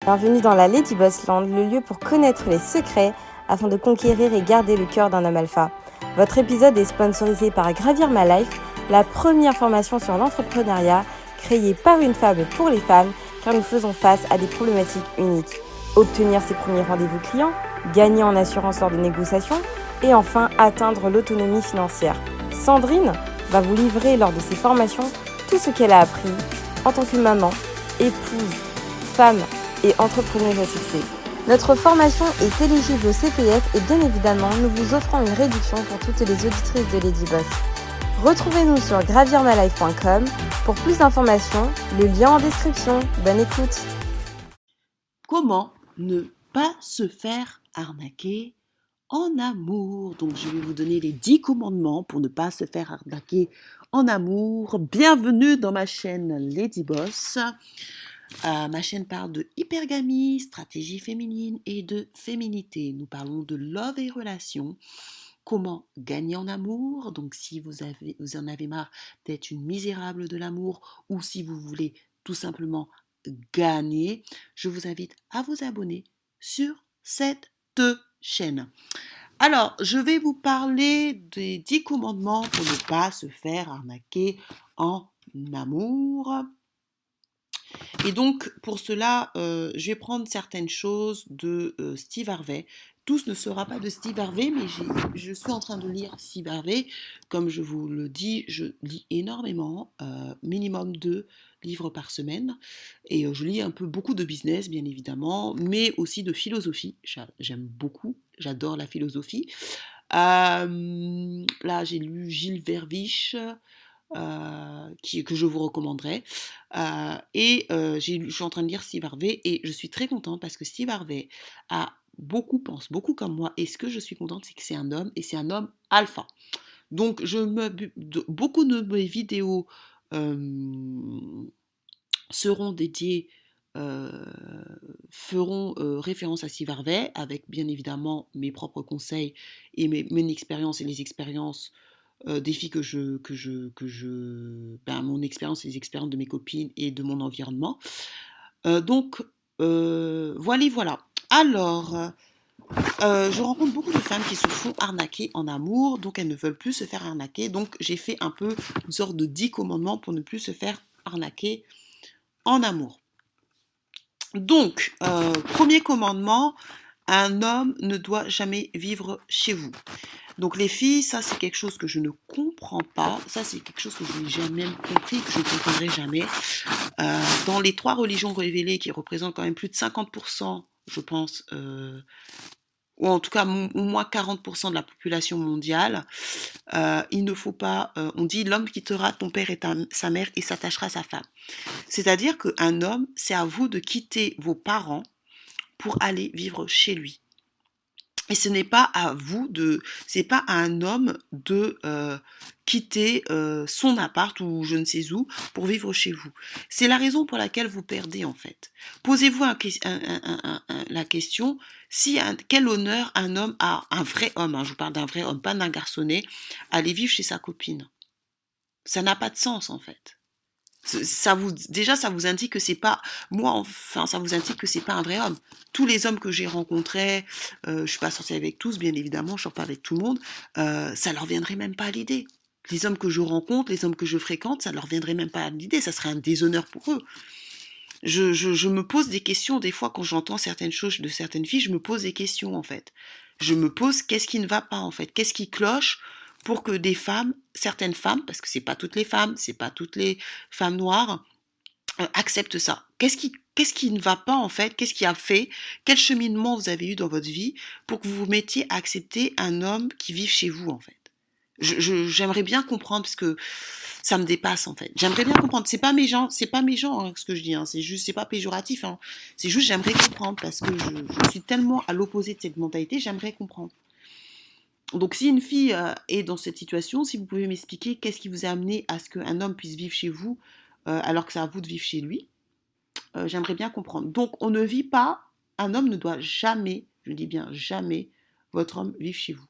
Bienvenue dans la Lady Boss Land, le lieu pour connaître les secrets afin de conquérir et garder le cœur d'un homme alpha. Votre épisode est sponsorisé par Gravir My Life, la première formation sur l'entrepreneuriat créée par une femme et pour les femmes, car nous faisons face à des problématiques uniques. Obtenir ses premiers rendez-vous clients, gagner en assurance lors de négociations et enfin atteindre l'autonomie financière. Sandrine va vous livrer lors de ses formations tout ce qu'elle a appris en tant que maman, épouse, femme et entrepreneuse à succès. Notre formation est éligible au CPF et bien évidemment, nous vous offrons une réduction pour toutes les auditrices de Lady Boss. Retrouvez-nous sur gravirmylife.com pour plus d'informations, le lien en description. Bonne écoute. Comment ne pas se faire arnaquer en amour? Donc je vais vous donner les 10 commandements pour ne pas se faire arnaquer en amour. Bienvenue dans ma chaîne Lady Boss. Ma chaîne parle de hypergamie, stratégie féminine et de féminité. Nous parlons de love et relations. Comment gagner en amour? Donc si vous en avez marre d'être une misérable de l'amour ou si vous voulez tout simplement gagner, je vous invite à vous abonner sur cette chaîne. Alors, je vais vous parler des 10 commandements pour ne pas se faire arnaquer en amour. Et donc, pour cela, je vais prendre certaines choses de Steve Harvey. Tout ne sera pas de Steve Harvey, mais je suis en train de lire Steve Harvey. Comme je vous le dis, je lis énormément, minimum 2 livres par semaine. Et je lis beaucoup de business, bien évidemment, mais aussi de philosophie. J'aime beaucoup, j'adore la philosophie. Là, j'ai lu Gilles Verviche, que je vous recommanderais. Je suis en train de lire Steve Harvey et je suis très contente parce que Steve Harvey pense beaucoup comme moi, et ce que je suis contente, c'est que c'est un homme et c'est un homme alpha. Donc beaucoup de mes vidéos seront dédiées, feront référence à Steve Harvey, avec bien évidemment mes propres conseils et mon expérience et les expériences des filles mon expérience et les expériences de mes copines et de mon environnement. Voilà. Alors, je rencontre beaucoup de femmes qui se font arnaquer en amour, donc elles ne veulent plus se faire arnaquer. Donc j'ai fait un peu une sorte de 10 commandements pour ne plus se faire arnaquer en amour. Donc, premier commandement, un homme ne doit jamais vivre chez vous. Donc les filles, ça c'est quelque chose que je ne comprends pas, ça c'est quelque chose que je n'ai jamais compris, que je ne comprendrai jamais. Dans les 3 religions révélées qui représentent quand même plus de 50%, je pense, ou en tout cas au moins 40% de la population mondiale, il ne faut pas, on dit l'homme quittera ton père et sa mère et s'attachera à sa femme. C'est-à-dire qu'un homme, c'est à vous de quitter vos parents pour aller vivre chez lui. Et ce n'est pas c'est pas à un homme de quitter son appart ou je ne sais où pour vivre chez vous. C'est la raison pour laquelle vous perdez en fait. Posez-vous la question, quel honneur un homme a, un vrai homme, je vous parle d'un vrai homme, pas d'un garçonnet, aller vivre chez sa copine. Ça n'a pas de sens en fait. Ça vous indique que c'est pas ça vous indique que c'est pas un vrai homme. Tous les hommes que j'ai rencontrés, je suis pas sortie avec tous, bien évidemment, je sors pas avec tout le monde, ça leur viendrait même pas à l'idée. Les hommes que je rencontre, les hommes que je fréquente, ça leur viendrait même pas à l'idée, ça serait un déshonneur pour eux. Je me pose des questions, des fois quand j'entends certaines choses de certaines filles, je me pose des questions en fait. Je me pose qu'est-ce qui ne va pas en fait, qu'est-ce qui cloche pour que certaines femmes, parce que c'est pas toutes les femmes femmes noires, acceptent ça. Qu'est-ce qui ne va pas en fait? Qu'est-ce qui a fait? Quel cheminement vous avez eu dans votre vie pour que vous vous mettiez à accepter un homme qui vive chez vous en fait? J'aimerais bien comprendre parce que ça me dépasse en fait. J'aimerais bien comprendre. C'est pas méchant ce que je dis. C'est pas péjoratif. C'est juste j'aimerais comprendre parce que je suis tellement à l'opposé de cette mentalité. J'aimerais comprendre. Donc si une fille est dans cette situation, si vous pouvez m'expliquer qu'est-ce qui vous a amené à ce qu'un homme puisse vivre chez vous alors que c'est à vous de vivre chez lui, j'aimerais bien comprendre. Donc on ne vit pas, un homme ne doit jamais, je dis bien jamais, votre homme vivre chez vous.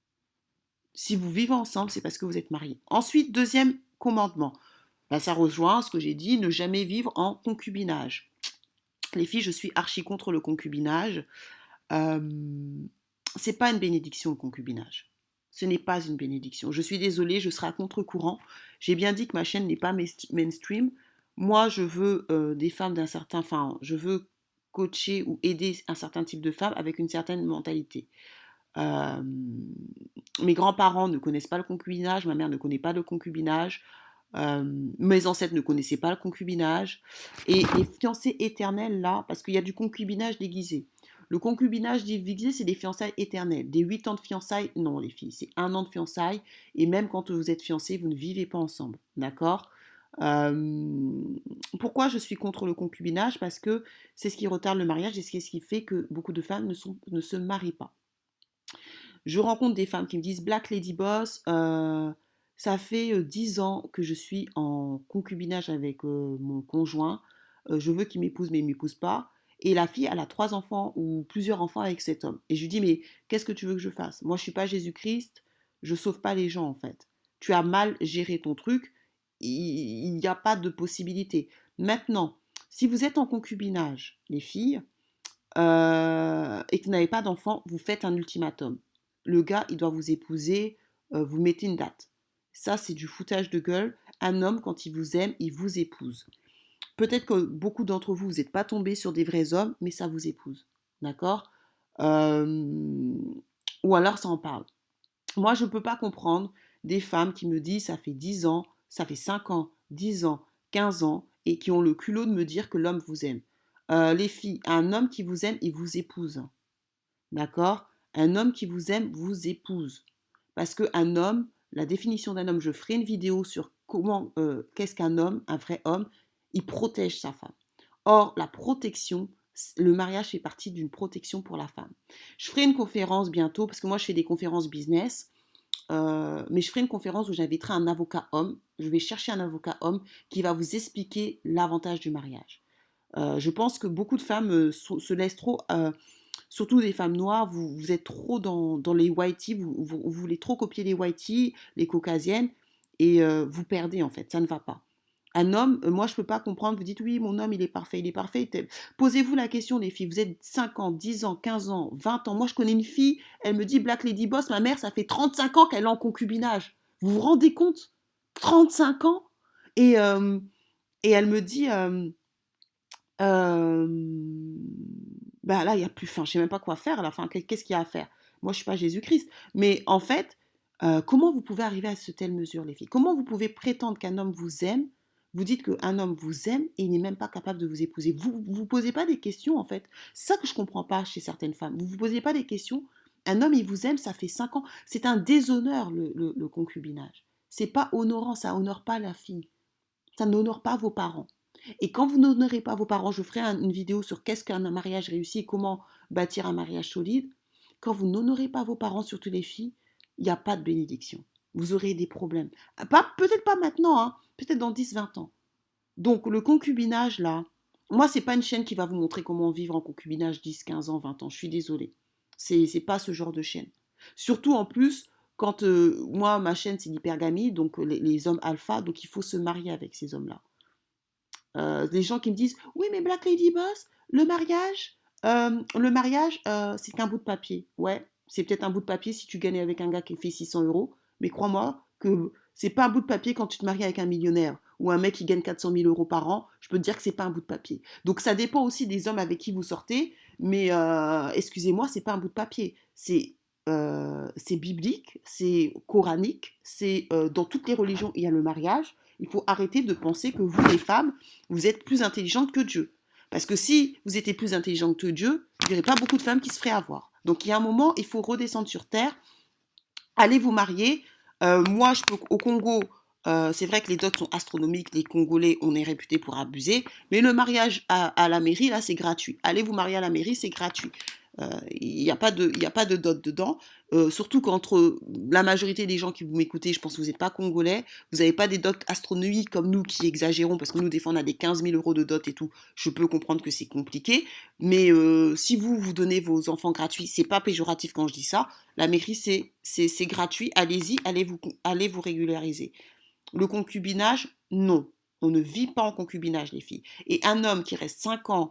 Si vous vivez ensemble, c'est parce que vous êtes mariés. Ensuite, deuxième commandement, ça rejoint ce que j'ai dit, ne jamais vivre en concubinage. Les filles, je suis archi contre le concubinage. Euh, c'est pas une bénédiction le concubinage. Ce n'est pas une bénédiction. Je suis désolée, je serai à contre-courant. J'ai bien dit que ma chaîne n'est pas mainstream. Moi, je veux des femmes d'un certain, enfin, je veux coacher ou aider un certain type de femmes avec une certaine mentalité. Euh, Mes grands-parents ne connaissent pas le concubinage, ma mère ne connaît pas le concubinage, mes ancêtres ne connaissaient pas le concubinage. Et les fiancées éternelles, là, parce qu'il y a du concubinage déguisé. Le concubinage déguisé, c'est des fiançailles éternelles. Des 8 ans de fiançailles, non, les filles, c'est 1 an de fiançailles. Et même quand vous êtes fiancés, vous ne vivez pas ensemble. D'accord. Pourquoi je suis contre le concubinage? Parce que c'est ce qui retarde le mariage et c'est ce qui fait que beaucoup de femmes ne se marient pas. Je rencontre des femmes qui me disent Black Lady Boss, ça fait 10 ans que je suis en concubinage avec mon conjoint. Je veux qu'il m'épouse, mais il ne m'épouse pas. Et la fille, elle a 3 enfants ou plusieurs enfants avec cet homme. Et je lui dis, mais qu'est-ce que tu veux que je fasse? Moi, je ne suis pas Jésus-Christ, je ne sauve pas les gens en fait. Tu as mal géré ton truc, il n'y a pas de possibilité. Maintenant, si vous êtes en concubinage, les filles, et que vous n'avez pas d'enfant, vous faites un ultimatum. Le gars, il doit vous épouser, vous mettez une date. Ça, c'est du foutage de gueule. Un homme, quand il vous aime, il vous épouse. Peut-être que beaucoup d'entre vous, vous n'êtes pas tombés sur des vrais hommes, mais ça vous épouse. D'accord. Ou alors, ça en parle. Moi, je ne peux pas comprendre des femmes qui me disent ça fait 10 ans, ça fait 5 ans, 10 ans, 15 ans, et qui ont le culot de me dire que l'homme vous aime. Les filles, un homme qui vous aime, il vous épouse. D'accord. Un homme qui vous aime vous épouse. Parce qu'un homme, la définition d'un homme, je ferai une vidéo sur comment, qu'est-ce qu'un homme, un vrai homme, il protège sa femme. Or, la protection, le mariage fait partie d'une protection pour la femme. Je ferai une conférence bientôt, parce que moi je fais des conférences business, mais je ferai une conférence où j'inviterai un avocat homme. Je vais chercher un avocat homme qui va vous expliquer l'avantage du mariage. Je pense que beaucoup de femmes se laissent trop, surtout des femmes noires, vous êtes trop dans les whitey, vous voulez trop copier les whitey, les caucasiennes, et vous perdez en fait, ça ne va pas. Un homme, moi je ne peux pas comprendre, vous dites oui, mon homme il est parfait, il est parfait. Posez-vous la question les filles, vous êtes 5 ans, 10 ans, 15 ans, 20 ans. Moi je connais une fille, elle me dit Black Lady Boss, ma mère ça fait 35 ans qu'elle est en concubinage. Vous vous rendez compte? 35 ans. Et, euh, et elle me dit, euh, bah là il n'y a plus, enfin je sais même pas quoi faire à la fin, qu'est-ce qu'il y a à faire? Moi je suis pas Jésus-Christ. Mais en fait, comment vous pouvez arriver à ce telle mesure les filles? Comment vous pouvez prétendre qu'un homme vous aime? Vous dites qu'un homme vous aime et il n'est même pas capable de vous épouser. Vous ne vous posez pas des questions, en fait. C'est ça que je ne comprends pas chez certaines femmes. Vous ne vous posez pas des questions. Un homme, il vous aime, ça fait 5 ans. C'est un déshonneur, le concubinage. C'est pas honorant, ça honore pas la fille. Ça n'honore pas vos parents. Et quand vous n'honorez pas vos parents, je ferai une vidéo sur qu'est-ce qu'un mariage réussi et comment bâtir un mariage solide. Quand vous n'honorez pas vos parents, surtout les filles, il n'y a pas de bénédiction. Vous aurez des problèmes. Peut-être pas maintenant, hein, peut-être dans 10, 20 ans. Donc le concubinage, là, moi, c'est pas une chaîne qui va vous montrer comment vivre en concubinage 10, 15 ans, 20 ans. Je suis désolée. C'est pas ce genre de chaîne. Surtout en plus, quand moi, ma chaîne, c'est l'hypergamie, donc les hommes alpha, donc il faut se marier avec ces hommes-là. Des gens qui me disent oui mais Black Lady Boss, le mariage c'est qu'un bout de papier. Ouais, c'est peut-être un bout de papier si tu gagnes avec un gars qui fait 600 euros, mais crois-moi que c'est pas un bout de papier quand tu te maries avec un millionnaire ou un mec qui gagne 400 000 euros par an. Je peux te dire que c'est pas un bout de papier. Donc ça dépend aussi des hommes avec qui vous sortez, mais excusez-moi, c'est pas un bout de papier. C'est biblique, c'est coranique, c'est dans toutes les religions il y a le mariage. Il faut arrêter de penser que vous, les femmes, vous êtes plus intelligentes que Dieu. Parce que si vous étiez plus intelligente que Dieu, il n'y aurait pas beaucoup de femmes qui se feraient avoir. Donc il y a un moment, il faut redescendre sur terre, allez vous marier. Moi, je peux au Congo, c'est vrai que les dots sont astronomiques, les Congolais, on est réputé pour abuser, mais le mariage à la mairie, là, c'est gratuit. Allez vous marier à la mairie, c'est gratuit. Il n'y a pas de dot dedans. Surtout qu'entre la majorité des gens qui vous m'écoutez, je pense que vous n'êtes pas congolais, vous n'avez pas des dots astronomiques comme nous qui exagérons, parce que nous, des fois, on a des 15 000 euros de dot et tout. Je peux comprendre que c'est compliqué, mais si vous donnez vos enfants gratuits, c'est pas péjoratif quand je dis ça. La mairie, c'est gratuit. Allez-y, allez vous régulariser. Le concubinage, non. On ne vit pas en concubinage, les filles. Et un homme qui reste 5 ans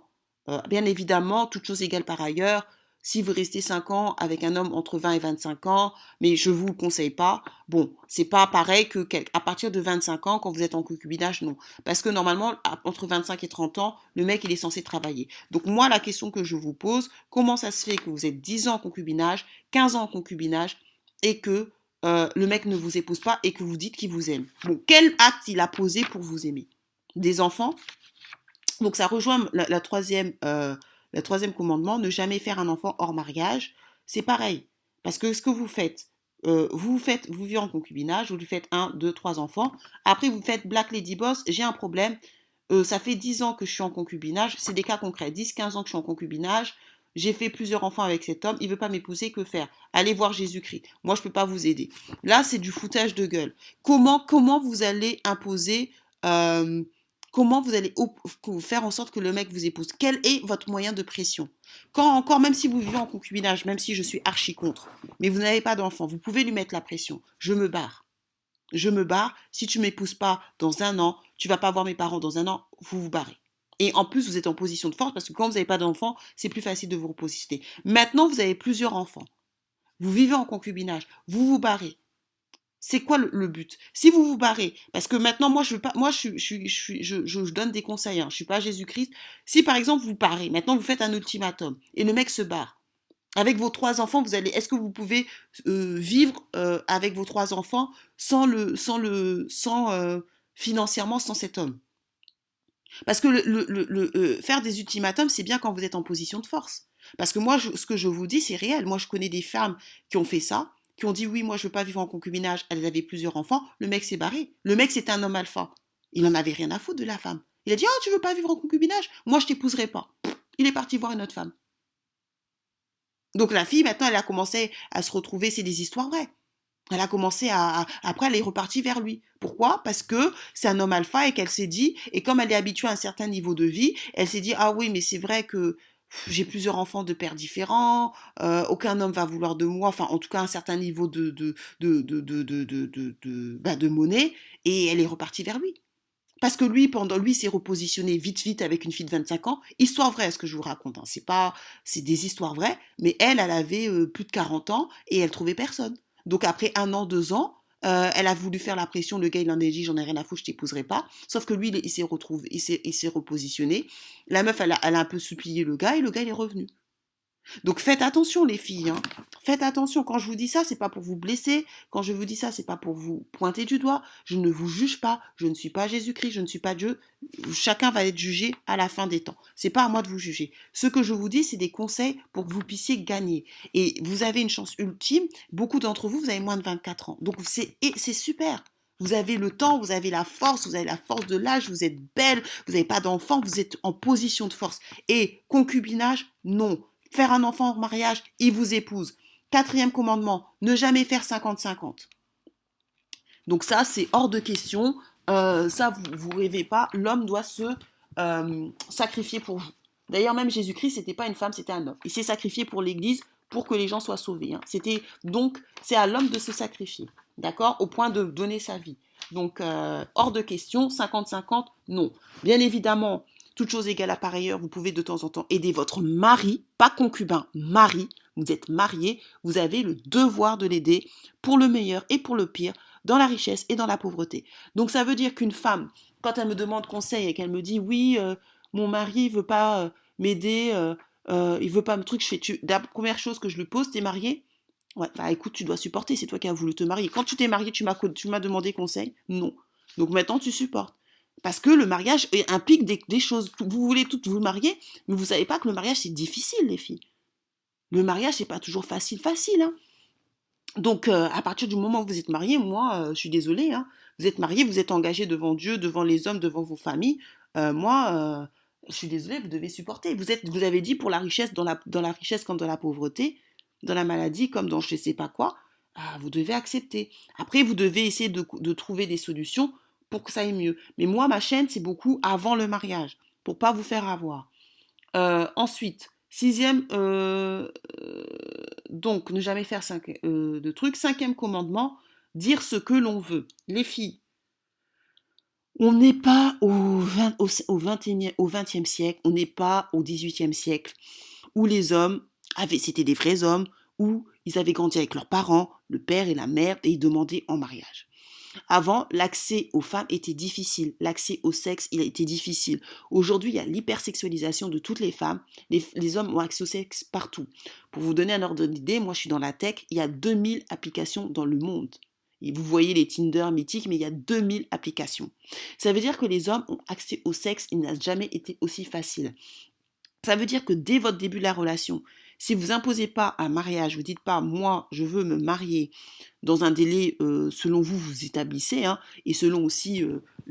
Bien évidemment, toute chose égale par ailleurs, si vous restez 5 ans avec un homme entre 20 et 25 ans, mais je vous le conseille pas, bon, c'est pas pareil que à partir de 25 ans, quand vous êtes en concubinage, non. Parce que normalement, entre 25 et 30 ans, le mec, il est censé travailler. Donc moi, la question que je vous pose, comment ça se fait que vous êtes 10 ans en concubinage, 15 ans en concubinage, et que le mec ne vous épouse pas et que vous dites qu'il vous aime? Bon, quel acte il a posé pour vous aimer? Des enfants? Donc ça rejoint la troisième commandement, ne jamais faire un enfant hors mariage. C'est pareil, parce que ce que vous vivez en concubinage, vous lui faites un, deux, trois enfants. Après, vous faites Black Lady Boss, j'ai un problème. Ça fait 10 ans que je suis en concubinage. C'est des cas concrets. 10, 15 ans que je suis en concubinage. J'ai fait plusieurs enfants avec cet homme. Il ne veut pas m'épouser. Que faire? Allez voir Jésus-Christ. Moi, je ne peux pas vous aider. Là, c'est du foutage de gueule. Comment vous allez imposer... euh, Comment vous allez faire en sorte que le mec vous épouse? Quel est votre moyen de pression? Quand encore, même si vous vivez en concubinage, même si je suis archi contre, mais vous n'avez pas d'enfant, vous pouvez lui mettre la pression. Je me barre. Je me barre. Si tu m'épouses pas dans un an, tu vas pas voir mes parents dans un an, vous vous barrez. Et en plus, vous êtes en position de force parce que quand vous n'avez pas d'enfant, c'est plus facile de vous repositionner. Maintenant, vous avez plusieurs enfants. Vous vivez en concubinage. Vous vous barrez. C'est quoi le but? Si vous vous barrez, parce que maintenant, moi, je veux pas, moi, je donne des conseils, hein, je suis pas Jésus-Christ. Si par exemple vous barrez, maintenant vous faites un ultimatum et le mec se barre, avec vos trois enfants, est-ce que vous pouvez vivre avec vos trois enfants sans financièrement sans cet homme? Parce que faire des ultimatums, c'est bien quand vous êtes en position de force. Parce que moi, ce que je vous dis, c'est réel. Moi, je connais des femmes qui ont fait ça, qui ont dit oui, moi, je veux pas vivre en concubinage. Elles avaient plusieurs enfants. Le mec s'est barré. Le mec, c'était un homme alpha. Il en avait rien à foutre de la femme. Il a dit, oh, tu veux pas vivre en concubinage? Moi, je t'épouserai pas. Il est parti voir une autre femme. Donc la fille, maintenant, elle a commencé à se retrouver, c'est des histoires vraies. Elle a commencé après, elle est repartie vers lui. Pourquoi? Parce que c'est un homme alpha et qu'elle s'est dit, et comme elle est habituée à un certain niveau de vie, elle s'est dit, ah oui, mais c'est vrai que j'ai plusieurs enfants de pères différents, aucun homme va vouloir de moi, enfin, en tout cas, un certain niveau de monnaie, et elle est repartie vers lui. Parce que lui, s'est repositionné vite, vite avec une fille de 25 ans. Histoire vraie, ce que je vous raconte. Hein. C'est des histoires vraies. Mais elle avait plus de 40 ans et elle trouvait personne. Donc après un an, 2 ans, elle a voulu faire la pression. Le gars, il en a dit, j'en ai rien à foutre, je t'épouserai pas. Sauf que lui, il s'est retrouvé, il s'est repositionné. La meuf, elle a un peu supplié le gars et le gars, il est revenu. Donc faites attention les filles, hein. Faites attention. Quand je vous dis ça, c'est pas pour vous blesser. Quand je vous dis ça, c'est pas pour vous pointer du doigt. Je ne vous juge pas. Je ne suis pas Jésus-Christ. Je ne suis pas Dieu. Chacun va être jugé à la fin des temps. C'est pas à moi de vous juger. Ce que je vous dis, c'est des conseils pour que vous puissiez gagner. Et vous avez une chance ultime. Beaucoup d'entre vous, vous avez moins de 24 ans. Donc c'est super. Vous avez le temps, vous avez la force de l'âge, vous êtes belle, vous n'avez pas d'enfant, vous êtes en position de force. Et concubinage, non. Faire un enfant hors mariage, il vous épouse. Quatrième commandement, ne jamais faire 50-50. Donc ça, c'est hors de question. Ça, vous rêvez pas. L'homme doit se sacrifier pour vous. D'ailleurs, même Jésus-Christ, c'était pas une femme, c'était un homme. Il s'est sacrifié pour l'Église pour que les gens soient sauvés. Hein. C'est à l'homme de se sacrifier, d'accord, au point de donner sa vie. Donc, hors de question, 50-50, non. Bien évidemment, toute chose égale à par ailleurs, vous pouvez de temps en temps aider votre mari, pas concubin, mari. Vous êtes marié, vous avez le devoir de l'aider pour le meilleur et pour le pire, dans la richesse et dans la pauvreté. Donc ça veut dire qu'une femme, quand elle me demande conseil et qu'elle me dit oui, mon mari veut pas m'aider, il veut pas me truc, la première chose que je lui pose, t'es marié? Ouais, bah écoute, tu dois supporter, c'est toi qui as voulu te marier. Quand tu t'es marié, tu m'as demandé conseil? Non. Donc maintenant, tu supportes. Parce que le mariage implique des choses. Vous voulez toutes vous marier, mais vous savez pas que le mariage, c'est difficile, les filles. Le mariage, c'est pas toujours facile, hein. Donc, à partir du moment où vous êtes marié, moi, je suis désolée, hein, vous êtes marié, vous êtes engagé devant Dieu, devant les hommes, devant vos familles. Moi, je suis désolée, vous devez supporter. Vous avez dit pour la richesse, dans la richesse comme dans la pauvreté, dans la maladie comme dans je ne sais pas quoi, vous devez accepter. Après, vous devez essayer de trouver des solutions pour que ça aille mieux. Mais moi, ma chaîne, c'est beaucoup avant le mariage, pour pas vous faire avoir. Ensuite, sixième, donc ne jamais faire de trucs. Cinquième commandement, dire ce que l'on veut. Les filles, On n'est pas au 21e, au 20e siècle, on n'est pas au 18e siècle, où les hommes c'était des vrais hommes, où ils avaient grandi avec leurs parents, le père et la mère, et ils demandaient en mariage. Avant, l'accès aux femmes était difficile, l'accès au sexe, il a été difficile. Aujourd'hui, il y a l'hypersexualisation de toutes les femmes. Les hommes ont accès au sexe partout. Pour vous donner un ordre d'idée, moi je suis dans la tech, il y a 2000 applications dans le monde. Et vous voyez les Tinder mythiques, mais il y a 2000 applications. Ça veut dire que les hommes ont accès au sexe, il n'a jamais été aussi facile. Ça veut dire que dès votre début de la relation, si vous imposez pas un mariage, vous dites pas moi je veux me marier dans un délai selon vous vous établissez hein, et selon aussi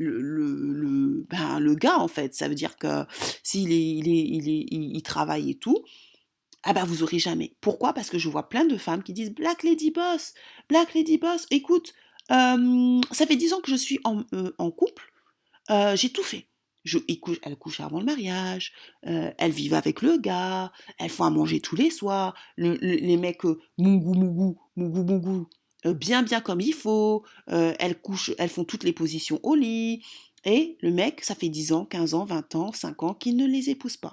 le gars en fait, ça veut dire que s'il il travaille et tout, ah bah vous aurez jamais. Pourquoi? Parce que je vois plein de femmes qui disent Black Lady Boss, écoute, ça fait 10 ans que je suis en couple, j'ai tout fait. Elle couche avant le mariage, elles vivent avec le gars, elles font à manger tous les soirs, les mecs mougou mougou, mougou mougou, bien bien comme il faut, elles font toutes les positions au lit, et le mec, ça fait 10 ans, 15 ans, 20 ans, 5 ans qu'il ne les épouse pas.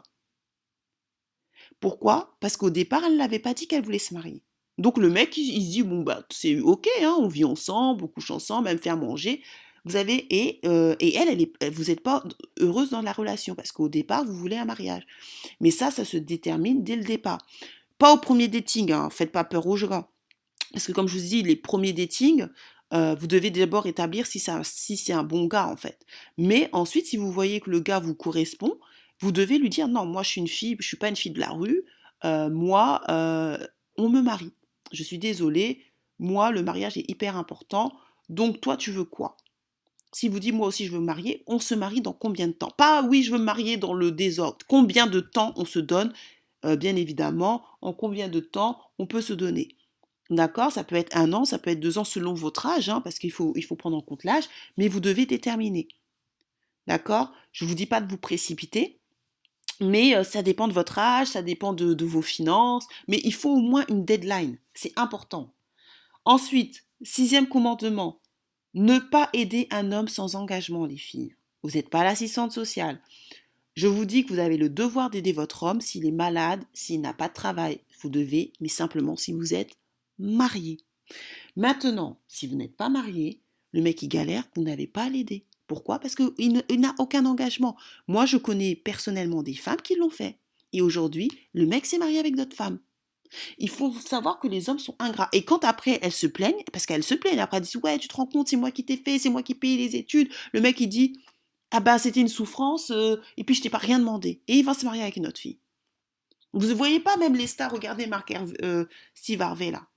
Pourquoi? Parce qu'au départ, elle n'avait pas dit qu'elle voulait se marier. Donc le mec, il se dit, bon, bah, c'est ok, hein, on vit ensemble, on couche ensemble, elle me fait à manger. Vous avez, et elle, vous n'êtes pas heureuse dans la relation, parce qu'au départ, vous voulez un mariage. Mais ça se détermine dès le départ. Pas au premier dating, hein, faites pas peur aux gens. Parce que comme je vous dis, les premiers datings, vous devez d'abord établir si c'est un bon gars, en fait. Mais ensuite, si vous voyez que le gars vous correspond, vous devez lui dire, non, moi je suis une fille, je suis pas une fille de la rue, moi, on me marie. Je suis désolée, moi, le mariage est hyper important, donc toi, tu veux quoi? Si vous dites, moi aussi, je veux me marier, on se marie dans combien de temps? Pas, oui, je veux me marier dans le désordre. Combien de temps on se donne? Bien évidemment, en combien de temps on peut se donner? D'accord? Ça peut être 1 an, ça peut être 2 ans selon votre âge, hein, parce qu'il faut prendre en compte l'âge, mais vous devez déterminer. D'accord? Je ne vous dis pas de vous précipiter, mais ça dépend de votre âge, ça dépend de vos finances, mais il faut au moins une deadline. C'est important. Ensuite, 6e commandement, ne pas aider un homme sans engagement, les filles. Vous n'êtes pas l'assistante sociale. Je vous dis que vous avez le devoir d'aider votre homme s'il est malade, s'il n'a pas de travail. Vous devez, mais simplement si vous êtes marié. Maintenant, si vous n'êtes pas marié, le mec qui galère, vous n'avez pas à l'aider. Pourquoi? Parce qu'il n'a aucun engagement. Moi, je connais personnellement des femmes qui l'ont fait. Et aujourd'hui, le mec s'est marié avec d'autres femmes. Il faut savoir que les hommes sont ingrats. Et quand après elles se plaignent, parce qu'elles se plaignent, après elles disent ouais, tu te rends compte, c'est moi qui t'ai fait, c'est moi qui paye les études. Le mec il dit ah bah c'était une souffrance et puis je t'ai pas rien demandé. Et il va se marier avec une autre fille. Vous ne voyez pas même les stars, regardez Steve Harvey là.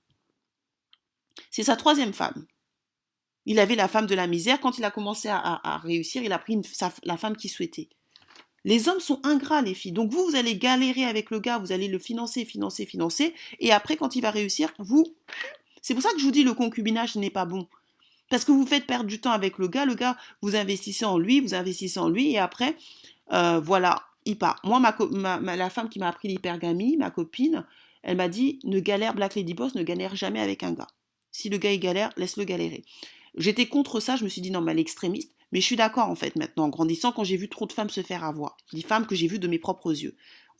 C'est sa 3e femme. Il avait la femme de la misère. Quand il a commencé à réussir, il a pris la femme qu'il souhaitait. Les hommes sont ingrats, les filles. Donc vous allez galérer avec le gars, vous allez le financer, financer, financer. Et après, quand il va réussir, c'est pour ça que je vous dis le concubinage n'est pas bon. Parce que vous faites perdre du temps avec le gars, vous investissez en lui, et après, voilà, il part. Moi, la femme qui m'a appris l'hypergamie, ma copine, elle m'a dit, Black Lady Boss ne galère jamais avec un gars. Si le gars il galère, laisse-le galérer. J'étais contre ça, je me suis dit non, mais elle est extrémiste. Mais je suis d'accord en fait maintenant, en grandissant, quand j'ai vu trop de femmes se faire avoir, des femmes que j'ai vues de mes propres yeux.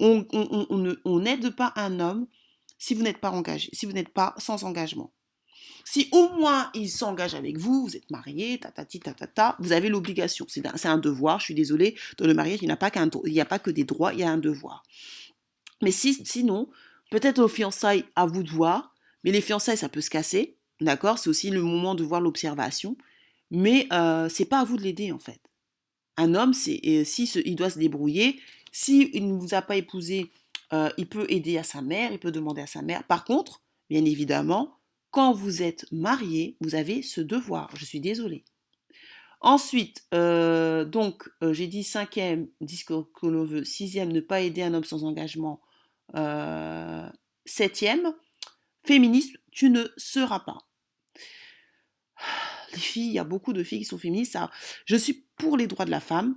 On n'aide pas un homme si vous n'êtes pas engagé, si vous n'êtes pas sans engagement. Si au moins il s'engage avec vous, vous êtes marié, vous avez l'obligation. C'est un devoir, je suis désolée. Dans le mariage, il n'y a pas que des droits, il y a un devoir. Mais sinon, peut-être aux fiançailles, à vous de voir. Mais les fiançailles, ça peut se casser. D'accord? C'est aussi le moment de voir l'observation. Mais c'est pas à vous de l'aider, en fait. Un homme, il doit se débrouiller. S'il ne vous a pas épousé, il peut aider à sa mère, il peut demander à sa mère. Par contre, bien évidemment, quand vous êtes marié, vous avez ce devoir. Je suis désolée. Ensuite, j'ai dit 5e, dis que l'on veut. 6e, ne pas aider un homme sans engagement. 7e, féministe, tu ne seras pas. Les filles, il y a beaucoup de filles qui sont féministes. Je suis pour les droits de la femme.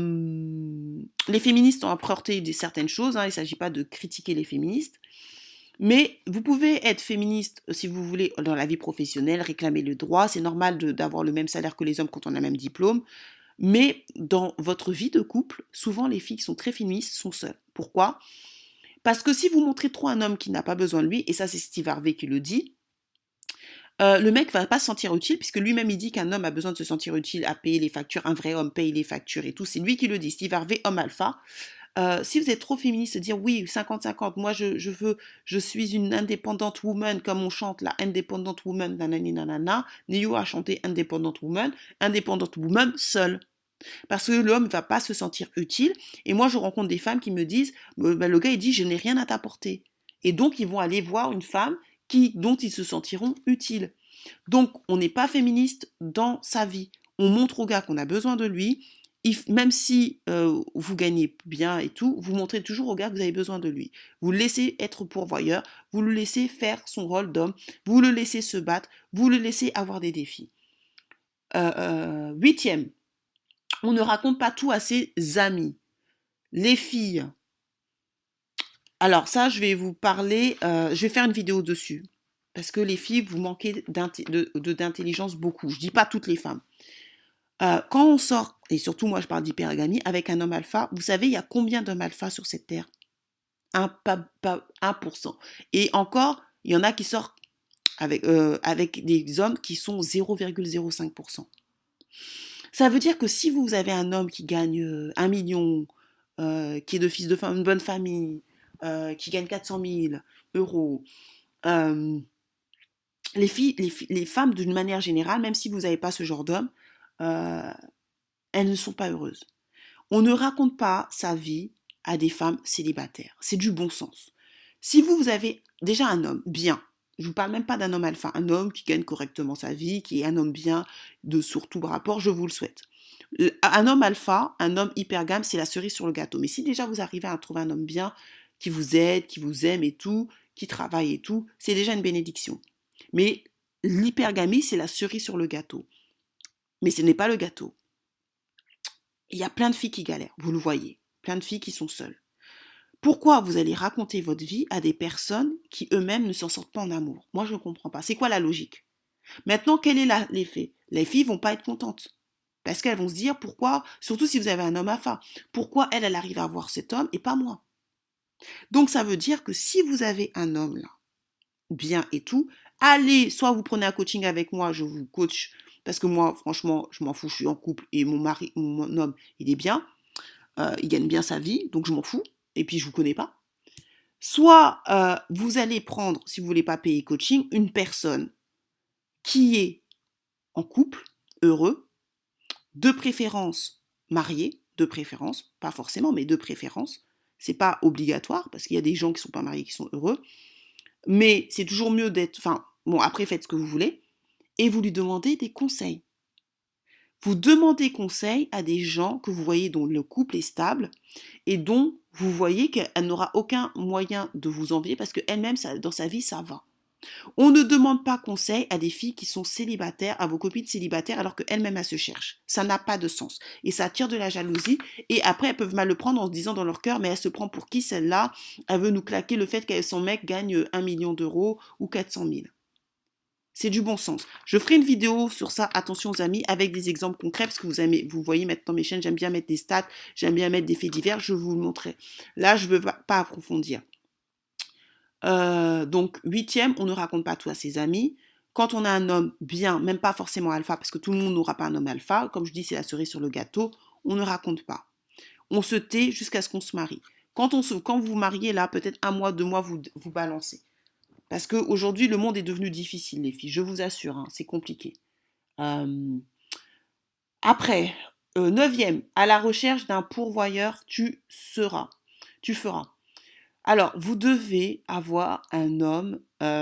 Les féministes ont apporté certaines choses. Il ne s'agit pas de critiquer les féministes. Mais vous pouvez être féministe si vous voulez dans la vie professionnelle, réclamer le droit. C'est normal d'avoir le même salaire que les hommes quand on a le même diplôme. Mais dans votre vie de couple, souvent les filles qui sont très féministes sont seules. Pourquoi? Parce que si vous montrez trop un homme qui n'a pas besoin de lui, et ça c'est Steve Harvey qui le dit, le mec va pas se sentir utile, puisque lui-même il dit qu'un homme a besoin de se sentir utile à payer les factures, un vrai homme paye les factures et tout, c'est lui qui le dit, Steve Harvey, homme alpha. Si vous êtes trop féministe, dire oui, 50-50, moi je suis une independent woman, comme on chante la independent woman, nanani nanana, Neo a chanté independent woman seule. Parce que l'homme ne va pas se sentir utile. Et moi, je rencontre des femmes qui me disent, le gars, il dit, je n'ai rien à t'apporter. Et donc, ils vont aller voir une femme dont ils se sentiront utiles. Donc, on n'est pas féministe dans sa vie. On montre au gars qu'on a besoin de lui. Même si vous gagnez bien et tout, vous montrez toujours au gars que vous avez besoin de lui. Vous le laissez être pourvoyeur, vous le laissez faire son rôle d'homme, vous le laissez se battre, vous le laissez avoir des défis. Huitième, on ne raconte pas tout à ses amis. Les filles. Alors ça, je vais vous parler, je vais faire une vidéo dessus. Parce que les filles, vous manquez d'intelligence beaucoup. Je ne dis pas toutes les femmes. Quand on sort, et surtout moi je parle d'hypergamie, avec un homme alpha, vous savez, il y a combien d'hommes alpha sur cette terre? Pas 1%. Et encore, il y en a qui sortent avec des hommes qui sont 0,05%. Ça veut dire que si vous avez un homme qui gagne 1 million, qui est de fils de femme, une bonne famille, qui gagne 400 000 euros, les femmes d'une manière générale, même si vous n'avez pas ce genre d'homme, elles ne sont pas heureuses. On ne raconte pas sa vie à des femmes célibataires. C'est du bon sens. Si vous avez déjà un homme bien, je ne vous parle même pas d'un homme alpha, un homme qui gagne correctement sa vie, qui est un homme bien sur tout rapport, je vous le souhaite. Un homme alpha, un homme hypergame, c'est la cerise sur le gâteau. Mais si déjà vous arrivez à trouver un homme bien, qui vous aide, qui vous aime et tout, qui travaille et tout, c'est déjà une bénédiction. Mais l'hypergamie, c'est la cerise sur le gâteau. Mais ce n'est pas le gâteau. Il y a plein de filles qui galèrent, vous le voyez. Plein de filles qui sont seules. Pourquoi vous allez raconter votre vie à des personnes qui eux-mêmes ne s'en sortent pas en amour? Moi, je ne comprends pas. C'est quoi la logique? Maintenant, quel est l'effet? Les filles vont pas être contentes. Parce qu'elles vont se dire, pourquoi, surtout si vous avez un homme alpha, pourquoi elle arrive à avoir cet homme et pas moi? Donc, ça veut dire que si vous avez un homme là, bien et tout, allez, soit vous prenez un coaching avec moi, je vous coach, parce que moi, franchement, je m'en fous, je suis en couple et mon homme, il est bien, il gagne bien sa vie, donc je m'en fous, et puis je vous connais pas. Soit vous allez prendre, si vous voulez pas payer coaching, une personne qui est en couple, heureux, de préférence marié, de préférence, pas forcément, mais de préférence. C'est pas obligatoire, parce qu'il y a des gens qui sont pas mariés qui sont heureux, mais c'est toujours mieux d'être, enfin, bon, après faites ce que vous voulez, et vous lui demandez des conseils. Vous demandez conseil à des gens que vous voyez dont le couple est stable, et dont vous voyez qu'elle n'aura aucun moyen de vous envier, parce qu'elle-même, dans sa vie, ça va. On ne demande pas conseil à des filles qui sont célibataires, à vos copines célibataires, alors qu'elles-mêmes, elles se cherchent. Ça n'a pas de sens. Et ça attire de la jalousie. Et après, elles peuvent mal le prendre en se disant dans leur cœur, mais elle se prend pour qui celle-là? Elle veut nous claquer le fait que son mec gagne 1 million d'euros ou 400 000. C'est du bon sens. Je ferai une vidéo sur ça, attention aux amis, avec des exemples concrets, parce que vous voyez maintenant mes chaînes, j'aime bien mettre des stats, j'aime bien mettre des faits divers, je vous le montrerai. Là, je ne veux pas approfondir. Donc, huitième, on ne raconte pas tout à ses amis. Quand on a un homme bien, même pas forcément alpha, parce que tout le monde n'aura pas un homme alpha, comme je dis, c'est la cerise sur le gâteau, on ne raconte pas. On se tait jusqu'à ce qu'on se marie. Quand vous vous mariez, là, peut-être 1 mois, 2 mois, vous balancez. Parce qu'aujourd'hui, le monde est devenu difficile, les filles, je vous assure, hein, c'est compliqué. Après, neuvième, à la recherche d'un pourvoyeur, tu feras. Alors, vous devez avoir un homme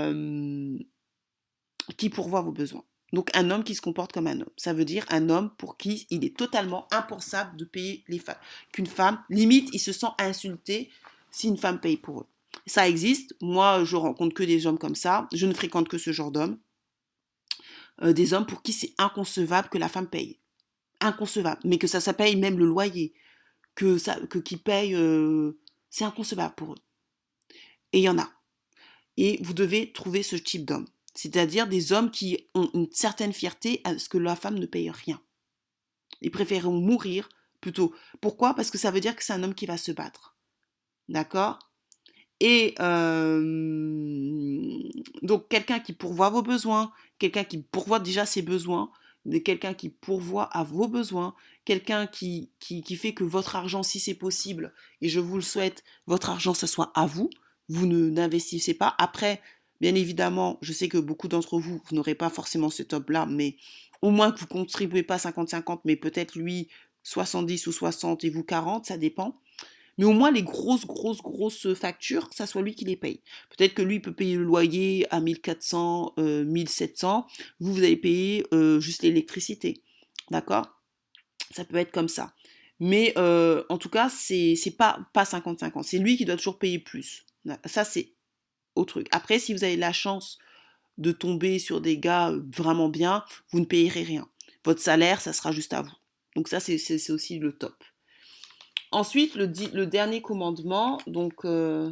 qui pourvoit vos besoins. Donc, un homme qui se comporte comme un homme. Ça veut dire un homme pour qui il est totalement impensable de payer les femmes. Qu'une femme, limite, il se sent insulté si une femme paye pour eux. Ça existe. Moi, je rencontre que des hommes comme ça. Je ne fréquente que ce genre d'hommes. Des hommes pour qui c'est inconcevable que la femme paye. Inconcevable. Mais que ça paye même le loyer. Qu'ils payent... c'est inconcevable pour eux. Et il y en a. et vous devez trouver ce type d'homme. C'est-à-dire des hommes qui ont une certaine fierté à ce que la femme ne paye rien. Ils préféreront mourir plutôt. Pourquoi? Parce que ça veut dire que c'est un homme qui va se battre. D'accord? Et donc quelqu'un qui pourvoit vos besoins, quelqu'un qui pourvoit déjà ses besoins, quelqu'un qui pourvoit à vos besoins, quelqu'un qui fait que votre argent, si c'est possible, et je vous le souhaite, votre argent, ça soit à vous, vous n'investissez pas. Après, bien évidemment, je sais que beaucoup d'entre vous, vous n'aurez pas forcément ce top-là, mais au moins que vous ne contribuez pas 50-50, mais peut-être lui 70 ou 60 et vous 40, ça dépend. Mais au moins, les grosses factures, que ça soit lui qui les paye. Peut-être que lui peut payer le loyer à 1400, 1700. Vous allez payer juste l'électricité. D'accord? Ça peut être comme ça. Mais en tout cas, c'est pas 50-50. C'est lui qui doit toujours payer plus. Ça, c'est autre truc. Après, si vous avez la chance de tomber sur des gars vraiment bien, vous ne payerez rien. Votre salaire, ça sera juste à vous. Donc ça, c'est aussi le top. Ensuite, le dernier commandement, donc,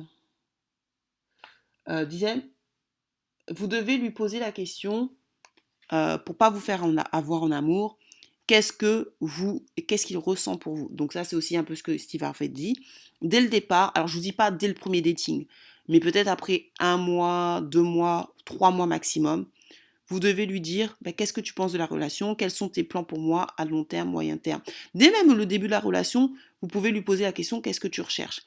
disait, vous devez lui poser la question, pour pas vous faire avoir en amour, qu'est-ce qu'il ressent pour vous. Donc ça, c'est aussi un peu ce que Steve Harvey dit. Dès le départ, alors je vous dis pas dès le premier dating, mais peut-être après 1 mois, 2 mois, 3 mois maximum, vous devez lui dire qu'est-ce que tu penses de la relation, quels sont tes plans pour moi à long terme, moyen terme. Dès même le début de la relation, vous pouvez lui poser la question qu'est-ce que tu recherches.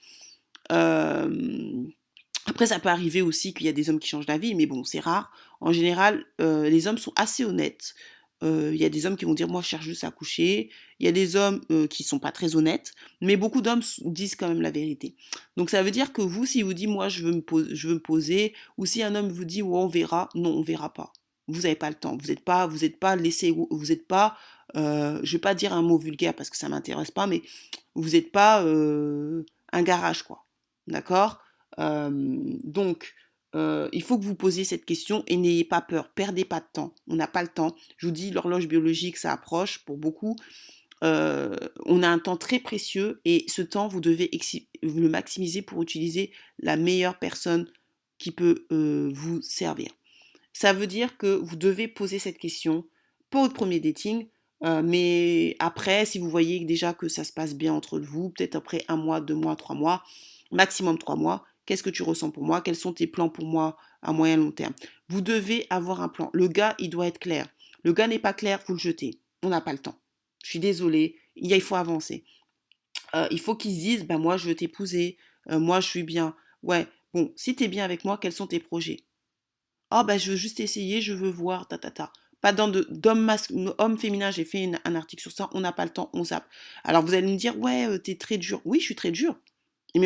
Après, ça peut arriver aussi qu'il y a des hommes qui changent d'avis, mais bon, c'est rare. En général, les hommes sont assez honnêtes. Il y a des hommes qui vont dire moi je cherche juste à coucher. Il y a des hommes qui sont pas très honnêtes, mais beaucoup d'hommes disent quand même la vérité. Donc ça veut dire que vous, si vous dites moi je veux me poser, ou si un homme vous dit ouais, on verra, non on verra pas. Vous n'avez pas le temps. Vous êtes pas laissé, vous n'êtes pas, je vais pas dire un mot vulgaire parce que ça m'intéresse pas, mais vous n'êtes pas un garage quoi. D'accord? Donc il faut que vous posiez cette question et n'ayez pas peur, perdez pas de temps, on n'a pas le temps. Je vous dis, l'horloge biologique, ça approche pour beaucoup. On a un temps très précieux et ce temps, vous devez le maximiser pour utiliser la meilleure personne qui peut vous servir. Ça veut dire que vous devez poser cette question, pas au premier dating, mais après, si vous voyez déjà que ça se passe bien entre vous, peut-être après 1 mois, 2 mois, 3 mois, maximum 3 mois, qu'est-ce que tu ressens pour moi? Quels sont tes plans pour moi à moyen long terme? Vous devez avoir un plan. Le gars, il doit être clair. Le gars n'est pas clair, vous le jetez. On n'a pas le temps. Je suis désolée, il faut avancer. Il faut qu'ils se disent, bah moi je veux t'épouser, moi je suis bien. Ouais, bon, si t'es bien avec moi, quels sont tes projets? Oh, bah, je veux juste essayer, je veux voir, ta, ta, ta. Pas homme féminin, j'ai fait un article sur ça, on n'a pas le temps, on zappe. Alors vous allez me dire, ouais, t'es très dur. Oui, je suis très dur. Mais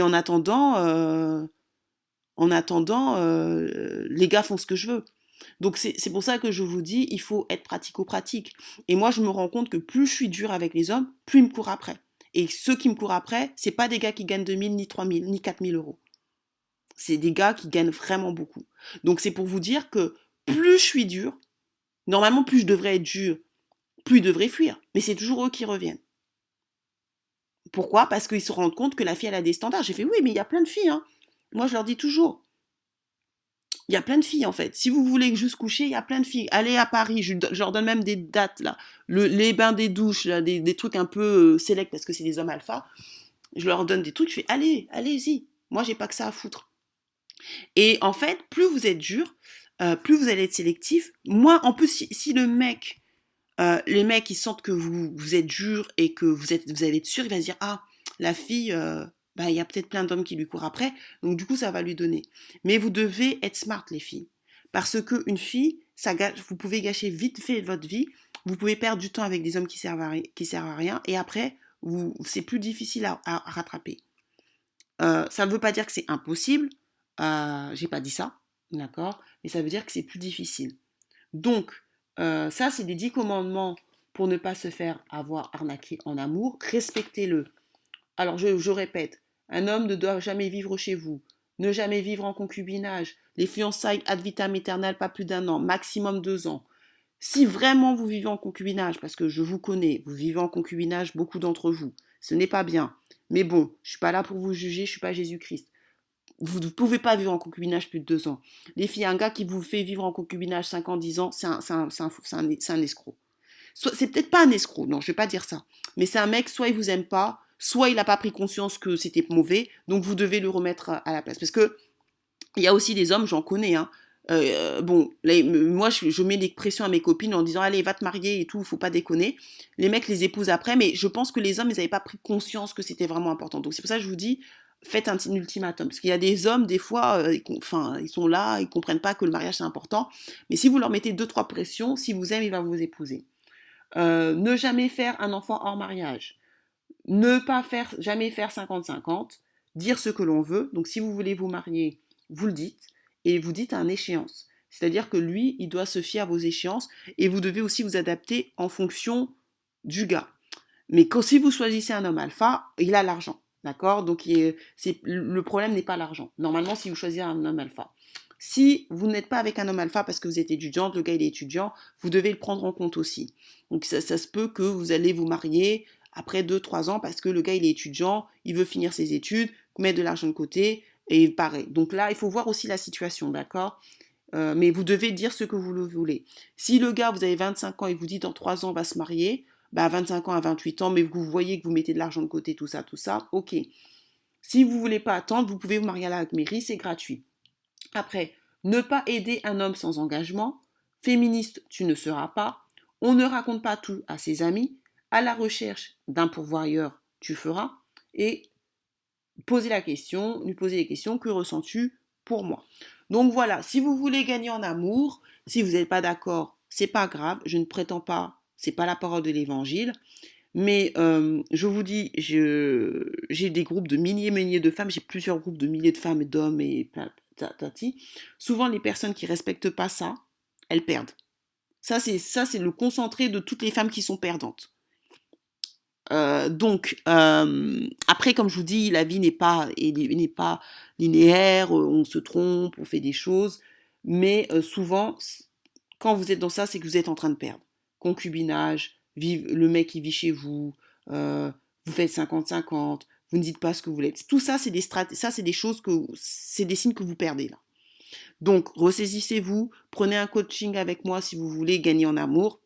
en attendant, les gars font ce que je veux. Donc c'est pour ça que je vous dis, il faut être pratico-pratique. Et moi, je me rends compte que plus je suis dure avec les hommes, plus ils me courent après. Et ceux qui me courent après, c'est pas des gars qui gagnent 2000, ni 3000, ni 4000 euros. C'est des gars qui gagnent vraiment beaucoup. Donc c'est pour vous dire que plus je suis dur, normalement plus je devrais être dur, plus ils devraient fuir. Mais c'est toujours eux qui reviennent. Pourquoi? Parce qu'ils se rendent compte que la fille, elle a des standards. J'ai fait oui, mais il y a plein de filles. Hein. Moi, je leur dis toujours. Il y a plein de filles en fait. Si vous voulez juste coucher, il y a plein de filles. Allez à Paris, je leur donne même des dates là. Les bains des douches, là, des trucs un peu sélects parce que c'est des hommes alpha. Je leur donne des trucs, je fais allez-y. Moi, j'ai pas que ça à foutre. Et en fait, plus vous êtes dur, plus vous allez être sélectif. Moi, en plus, si le mec, les mecs, ils sentent que vous êtes dur et que vous allez être sûr, il va se dire, ah, la fille, il y a peut-être plein d'hommes qui lui courent après, donc du coup, ça va lui donner. Mais vous devez être smart, les filles. Parce qu'une fille, vous pouvez gâcher vite fait votre vie, vous pouvez perdre du temps avec des hommes qui servent à rien, et après, c'est plus difficile à rattraper. Ça ne veut pas dire que c'est impossible, j'ai pas dit ça, d'accord, mais ça veut dire que c'est plus difficile. Donc, ça, c'est les 10 commandements pour ne pas se faire avoir arnaquer en amour. Respectez-le. Alors, je répète, un homme ne doit jamais vivre chez vous, ne jamais vivre en concubinage, les fiançailles ad vitam aeternam, pas plus d'1 an, maximum 2 ans. Si vraiment vous vivez en concubinage, parce que je vous connais, vous vivez en concubinage, beaucoup d'entre vous, ce n'est pas bien. Mais bon, je ne suis pas là pour vous juger, je ne suis pas Jésus-Christ. vous ne pouvez pas vivre en concubinage plus de 2 ans. Les filles, un gars qui vous fait vivre en concubinage 5 ans, 10 ans, c'est un escroc. C'est peut-être pas un escroc, non, je vais pas dire ça. Mais c'est un mec, soit il vous aime pas, soit il n'a pas pris conscience que c'était mauvais, donc vous devez le remettre à la place. Parce que il y a aussi des hommes, j'en connais, hein. Bon, là, moi je mets des pressions à mes copines en disant allez va te marier et tout, faut pas déconner. Les mecs les épousent après, mais je pense que les hommes ils n'avaient pas pris conscience que c'était vraiment important. Donc c'est pour ça que je vous dis faites un ultimatum, parce qu'il y a des hommes des fois, ils sont là, ils comprennent pas que le mariage c'est important, mais si vous leur mettez deux trois pressions, si vous aimez, il va vous épouser. Ne jamais faire un enfant hors mariage, ne pas faire jamais faire 50-50, dire ce que l'on veut. Donc si vous voulez vous marier, vous le dites, et vous dites à une échéance. C'est-à-dire que lui, il doit se fier à vos échéances, et vous devez aussi vous adapter en fonction du gars. Mais si vous choisissez un homme alpha, il a l'argent. D'accord. Donc le problème n'est pas l'argent. Normalement, si vous choisissez un homme alpha. Si vous n'êtes pas avec un homme alpha parce que vous êtes étudiante, le gars il est étudiant, vous devez le prendre en compte aussi. Donc ça se peut que vous allez vous marier après 2-3 ans parce que le gars il est étudiant, il veut finir ses études, mettre de l'argent de côté, et pareil. Donc là, il faut voir aussi la situation, d'accord. Mais vous devez dire ce que vous le voulez. Si le gars, vous avez 25 ans et vous dit dans 3 ans on va se marier, bah 25 ans à 28 ans, mais vous voyez que vous mettez de l'argent de côté, tout ça, ok. Si vous voulez pas attendre, vous pouvez vous marier à la mairie, c'est gratuit. Après, ne pas aider un homme sans engagement. Féministe, tu ne seras pas. On ne raconte pas tout à ses amis. À la recherche d'un pourvoyeur, tu feras. Et lui poser les questions, que ressens-tu pour moi? Donc voilà, si vous voulez gagner en amour, si vous n'êtes pas d'accord, c'est pas grave, je ne prétends pas, c'est pas la parole de l'évangile. Mais je vous dis, j'ai des groupes de milliers de femmes, j'ai plusieurs groupes de milliers de femmes, d'hommes et tati. Souvent, les personnes qui respectent pas ça, elles perdent. Ça, c'est le concentré de toutes les femmes qui sont perdantes. Donc, après, comme je vous dis, la vie n'est pas linéaire, on se trompe, on fait des choses, mais souvent, quand vous êtes dans ça, c'est que vous êtes en train de perdre. Concubinage, le mec qui vit chez vous, vous faites 50-50, vous ne dites pas ce que vous voulez. Tout ça, c'est des choses c'est des signes que vous perdez là. Donc, ressaisissez-vous, prenez un coaching avec moi si vous voulez gagner en amour.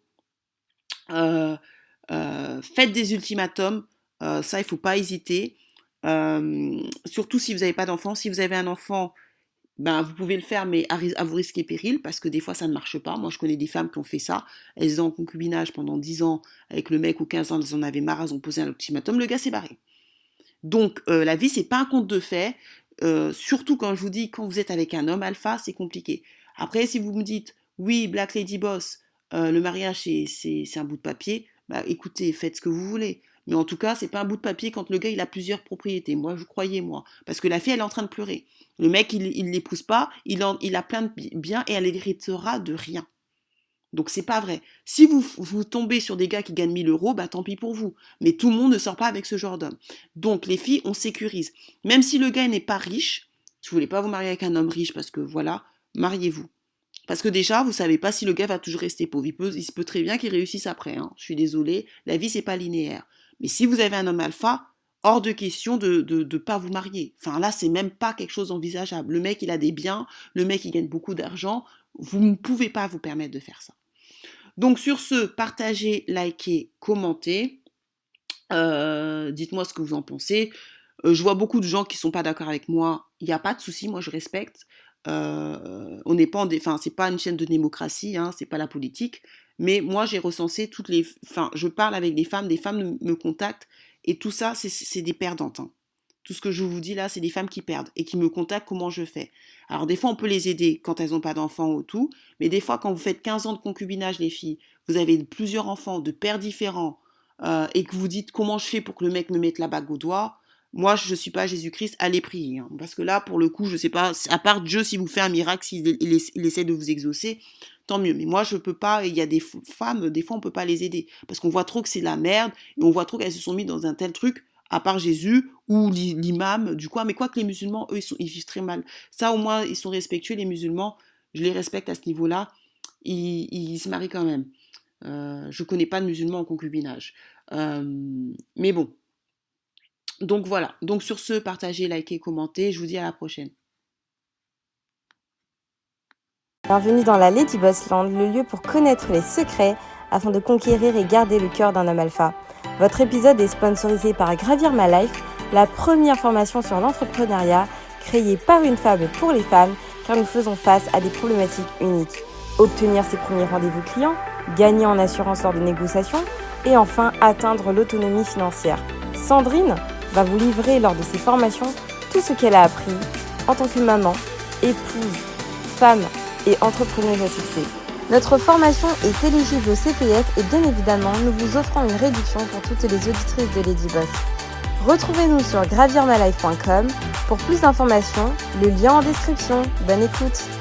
Faites des ultimatums, ça il ne faut pas hésiter. Surtout si vous n'avez pas d'enfant. Si vous avez un enfant, ben, vous pouvez le faire, mais à vous risquer péril, parce que des fois ça ne marche pas. Moi je connais des femmes qui ont fait ça. Elles étaient en concubinage pendant 10 ans avec le mec, ou 15 ans, elles en avaient marre, elles ont posé un ultimatum, le gars s'est barré. Donc la vie c'est pas un conte de fées. Surtout quand je vous dis, quand vous êtes avec un homme alpha, c'est compliqué. Après, si vous me dites, oui, Black Lady Boss, le mariage c'est un bout de papier, bah écoutez, faites ce que vous voulez. Mais en tout cas, c'est pas un bout de papier quand le gars il a plusieurs propriétés. Moi, je croyais, moi. Parce que la fille, elle est en train de pleurer. Le mec, il l'épouse pas, il a plein de biens et elle héritera de rien. Donc c'est pas vrai. Si vous tombez sur des gars qui gagnent 1000 euros, bah tant pis pour vous. Mais tout le monde ne sort pas avec ce genre d'homme. Donc les filles, on sécurise. Même si le gars n'est pas riche, si vous voulez pas vous marier avec un homme riche parce que voilà, mariez-vous. Parce que déjà, vous savez pas si le gars va toujours rester pauvre. Il se peut très bien qu'il réussisse après. Hein. Je suis désolée, la vie c'est pas linéaire. Mais si vous avez un homme alpha, hors de question de pas vous marier. Enfin là, c'est même pas quelque chose d'envisageable. Le mec, il a des biens, le mec, il gagne beaucoup d'argent. Vous ne pouvez pas vous permettre de faire ça. Donc sur ce, partagez, likez, commentez. Dites-moi ce que vous en pensez. Je vois beaucoup de gens qui sont pas d'accord avec moi. Il n'y a pas de souci, moi je respecte. On n'est pas c'est pas une chaîne de démocratie, hein, c'est pas la politique. Mais moi j'ai recensé je parle avec des femmes me contactent et tout ça c'est des perdantes. Hein. Tout ce que je vous dis là, c'est des femmes qui perdent et qui me contactent comment je fais. Alors des fois, on peut les aider quand elles n'ont pas d'enfants ou tout, mais des fois, quand vous faites 15 ans de concubinage, les filles, vous avez plusieurs enfants de pères différents et que vous dites comment je fais pour que le mec me mette la bague au doigt, moi, je ne suis pas Jésus-Christ, allez prier. Hein, parce que là, pour le coup, je ne sais pas, à part Dieu, s'il vous fait un miracle, s'il essaie de vous exaucer, tant mieux. Mais moi, je peux pas, il y a des femmes, des fois, on ne peut pas les aider. Parce qu'on voit trop que c'est la merde et on voit trop qu'elles se sont mises dans un tel truc à part Jésus ou l'imam du coin. Mais quoi que les musulmans, eux, ils vivent très mal. Ça, au moins, ils sont respectueux, les musulmans. Je les respecte à ce niveau-là. Ils se marient quand même. Je connais pas de musulmans en concubinage. Mais bon. Donc voilà. Donc sur ce, partagez, likez, commentez. Je vous dis à la prochaine. Bienvenue dans la Lady Boss Land, le lieu pour connaître les secrets afin de conquérir et garder le cœur d'un homme alpha. Votre épisode est sponsorisé par Gravir My Life, la première formation sur l'entrepreneuriat créée par une femme et pour les femmes, car nous faisons face à des problématiques uniques. Obtenir ses premiers rendez-vous clients, gagner en assurance lors de négociations et enfin atteindre l'autonomie financière. Sandrine va vous livrer lors de ses formations tout ce qu'elle a appris en tant que maman, épouse, femme et entrepreneuse à succès. Notre formation est éligible au CPF et bien évidemment, nous vous offrons une réduction pour toutes les auditrices de Lady Boss. Retrouvez-nous sur gravirmylife.com pour plus d'informations, le lien en description. Bonne écoute!